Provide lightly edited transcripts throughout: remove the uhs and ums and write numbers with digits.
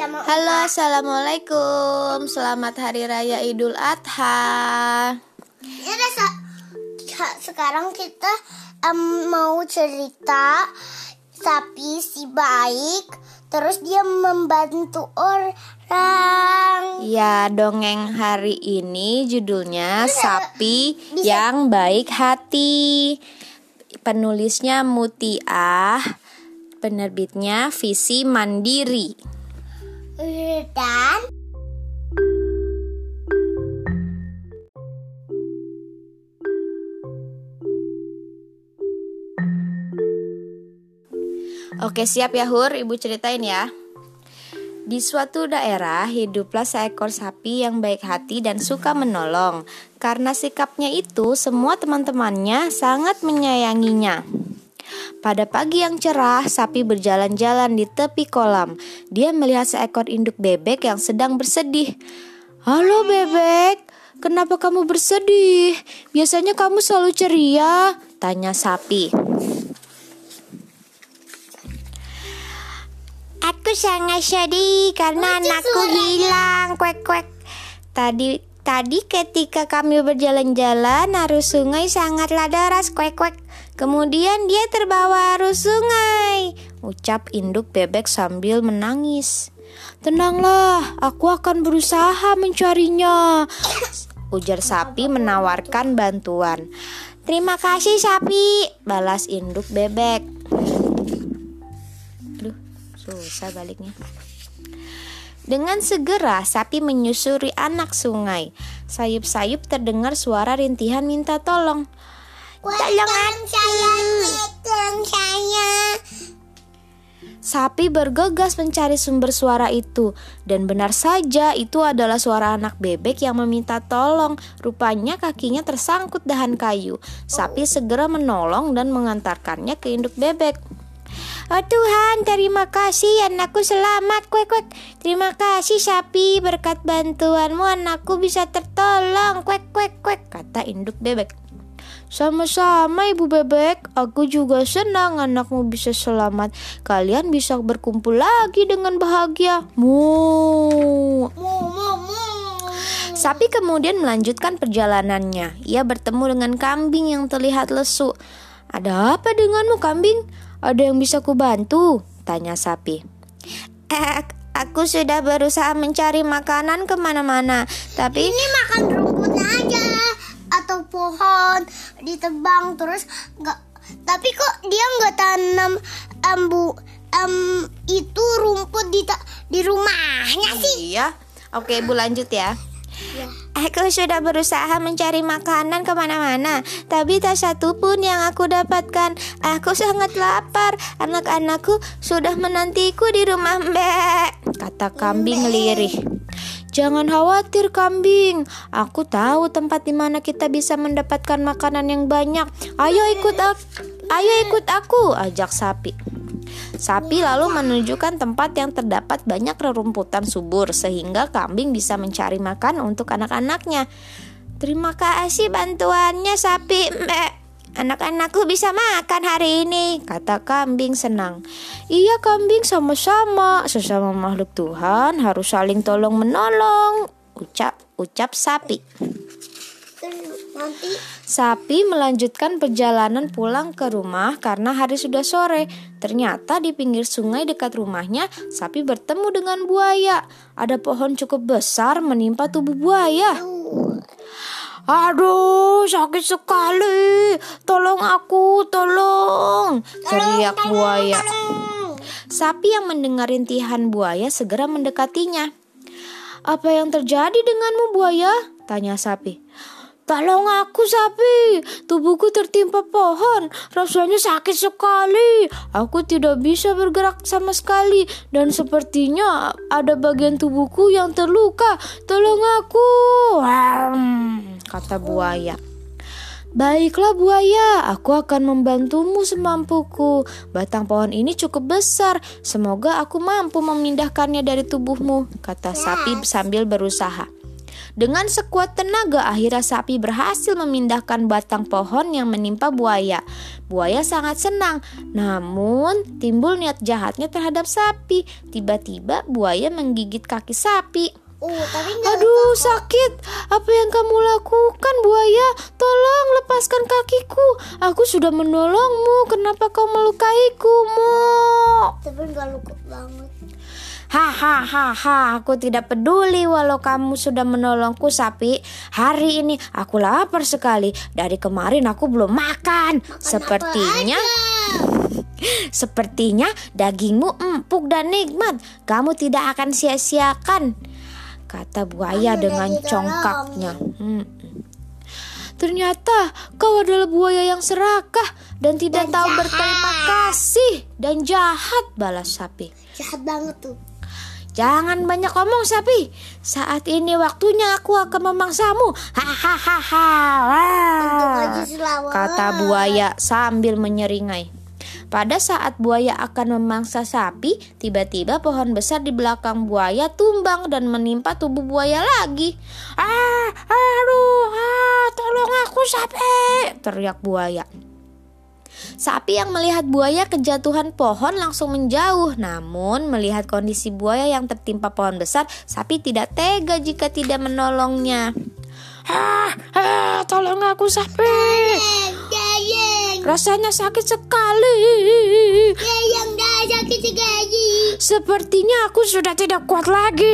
Halo, assalamualaikum. Selamat Hari Raya Idul Adha. Sekarang kita mau cerita sapi si baik, terus dia membantu orang. Ya, dongeng hari ini judulnya Sapi yang Baik Hati. Penulisnya Mutiah, penerbitnya Visi Mandiri. Dan Oke, siap ya Hur, Ibu ceritain ya. Di suatu daerah hiduplah seekor sapi yang baik hati dan suka menolong. Karena sikapnya itu, semua teman-temannya sangat menyayanginya. Pada pagi yang cerah, sapi berjalan-jalan di tepi kolam. Dia melihat seekor induk bebek yang sedang bersedih. "Halo bebek, kenapa kamu bersedih? Biasanya kamu selalu ceria," tanya sapi. aku sangat sedih karena anakku hilang. Kuek-kuek. Tadi ketika kami berjalan-jalan, arus sungai sangatlah deras. Kuek-kuek. Kemudian dia terbawa arus sungai, ucap induk bebek sambil menangis. "Tenanglah, aku akan berusaha mencarinya," ujar sapi menawarkan bantuan. Terima kasih sapi, balas induk bebek. Aduh, susah baliknya. Dengan segera sapi menyusuri anak sungai. Sayup-sayup terdengar suara rintihan minta tolong. Tolong saya. Sapi bergegas mencari sumber suara itu. Dan benar saja itu adalah suara anak bebek yang meminta tolong. Rupanya kakinya tersangkut dahan kayu. Sapi segera menolong dan mengantarkannya ke induk bebek. "Oh Tuhan, terima kasih, anakku selamat." Kuek-kuek. "Terima kasih sapi, berkat bantuanmu anakku bisa tertolong." Kuek-kuek-kuek, kata induk bebek. "Sama-sama Ibu Bebek, aku juga senang anakmu bisa selamat. Kalian bisa berkumpul lagi dengan bahagia." Mu. Sapi kemudian melanjutkan perjalanannya. Ia bertemu dengan kambing yang terlihat lesu. "Ada apa denganmu kambing? Ada yang bisa kubantu?" tanya sapi. Aku sudah berusaha mencari makanan kemana-mana, tapi ini makan rumput aja atau pohon ditebang terus nggak. Tapi kok dia nggak tanam itu rumput di rumahnya sih? Iya. Oke, Ibu lanjut ya. Aku sudah berusaha mencari makanan kemana-mana, tapi tak satu pun yang aku dapatkan. Aku sangat lapar. Anak-anakku sudah menantiku di rumah Mbak, kata kambing lirih. Jangan khawatir kambing, aku tahu tempat di mana kita bisa mendapatkan makanan yang banyak. Ayo ikut aku, ajak sapi. Sapi lalu menunjukkan tempat yang terdapat banyak rerumputan subur sehingga kambing bisa mencari makan untuk anak-anaknya. Terima kasih bantuannya sapi, Mbak. Anak-anakku bisa makan hari ini, kata kambing senang. Iya kambing, sama-sama. Sesama makhluk Tuhan harus saling tolong menolong, ucap sapi. Sapi melanjutkan perjalanan pulang ke rumah karena hari sudah sore. Ternyata di pinggir sungai dekat rumahnya, sapi bertemu dengan buaya. Ada pohon cukup besar menimpa tubuh buaya. "Aduh, sakit sekali. Tolong aku, tolong!" teriak buaya. Sapi yang mendengar rintihan buaya segera mendekatinya. "Apa yang terjadi denganmu buaya?" tanya sapi. "Tolong aku sapi, tubuhku tertimpa pohon, rasanya sakit sekali. Aku tidak bisa bergerak sama sekali dan sepertinya ada bagian tubuhku yang terluka. Tolong aku," kata buaya. "Baiklah buaya, aku akan membantumu semampuku. Batang pohon ini cukup besar, semoga aku mampu memindahkannya dari tubuhmu," kata sapi sambil berusaha. Dengan sekuat tenaga akhirnya sapi berhasil memindahkan batang pohon yang menimpa buaya. Buaya sangat senang, namun timbul niat jahatnya terhadap sapi. Tiba-tiba buaya menggigit kaki sapi. Tapi Aduh, sakit. Apa yang kamu lakukan, buaya? Tolong lepaskan kakiku. Aku sudah menolongmu. Kenapa kau melukaiku, Mo? Tapi nggak luka banget. Hahaha, aku tidak peduli walau kamu sudah menolongku, sapi. Hari ini aku lapar sekali. Dari kemarin aku belum makan. Sepertinya dagingmu empuk dan nikmat. Kamu tidak akan sia-siakan, kata buaya dengan congkaknya. Ternyata kau adalah buaya yang serakah dan tidak tahu berterima kasih dan jahat, balas sapi. Jahat banget tuh. Jangan banyak omong, sapi. Saat ini waktunya aku akan memangsamu. Hahaha, kata buaya sambil menyeringai. Pada saat buaya akan memangsa sapi, tiba-tiba pohon besar di belakang buaya tumbang dan menimpa tubuh buaya lagi. Tolong aku, sapi, teriak buaya. Sapi yang melihat buaya kejatuhan pohon langsung menjauh. Namun melihat kondisi buaya yang tertimpa pohon besar, sapi tidak tega jika tidak menolongnya. Tolong aku, sapi. Rasanya sakit sekali. Sepertinya aku sudah tidak kuat lagi.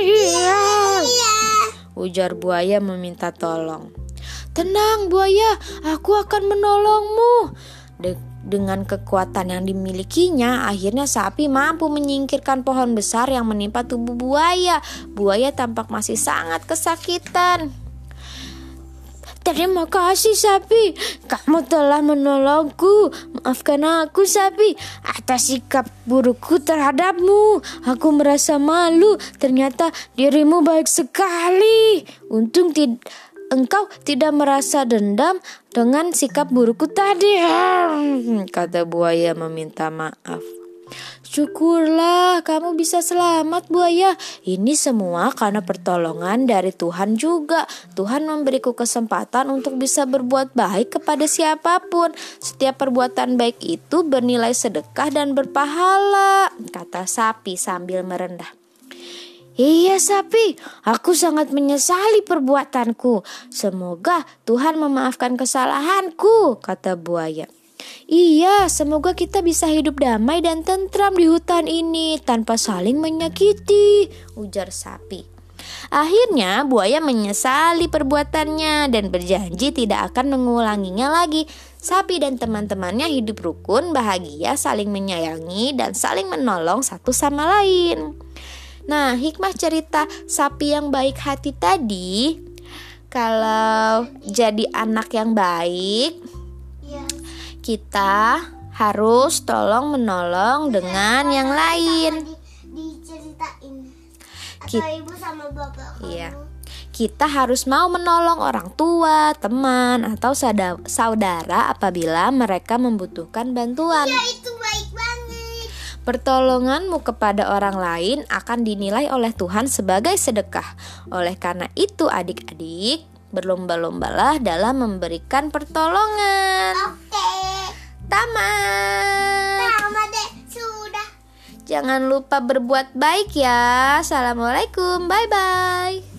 Ujar buaya meminta tolong. Tenang, buaya, aku akan menolongmu. Dengan kekuatan yang dimilikinya, akhirnya sapi mampu menyingkirkan pohon besar yang menimpa tubuh buaya. Buaya tampak masih sangat kesakitan. Terima kasih, sapi. Kamu telah menolongku. Maafkan aku, sapi, atas sikap burukku terhadapmu. Aku merasa malu. Ternyata dirimu baik sekali. Untung engkau tidak merasa dendam dengan sikap burukku tadi, kata buaya meminta maaf. Syukurlah kamu bisa selamat, buaya. Ini semua karena pertolongan dari Tuhan juga. Tuhan memberiku kesempatan untuk bisa berbuat baik kepada siapapun. Setiap perbuatan baik itu bernilai sedekah dan berpahala, kata sapi sambil merendah. Iya, sapi, aku sangat menyesali perbuatanku. Semoga Tuhan memaafkan kesalahanku, kata buaya. Iya, semoga kita bisa hidup damai dan tentram di hutan ini tanpa saling menyakiti, ujar sapi. Akhirnya buaya menyesali perbuatannya dan berjanji tidak akan mengulanginya lagi. Sapi dan teman-temannya hidup rukun, bahagia, saling menyayangi dan saling menolong satu sama lain. Nah, hikmah cerita sapi yang baik hati tadi, kalau jadi anak yang baik, kita harus tolong menolong dengan yang lain. Diceritain atau ibu sama bapak kamu. Iya. Kita harus mau menolong orang tua, teman, atau saudara apabila mereka membutuhkan bantuan. Ya, itu baik banget. Pertolonganmu kepada orang lain akan dinilai oleh Tuhan sebagai sedekah. Oleh karena itu, adik-adik, berlomba-lombalah dalam memberikan pertolongan. Oke. Tamat deh, sudah. Jangan lupa berbuat baik ya. Assalamualaikum, bye-bye.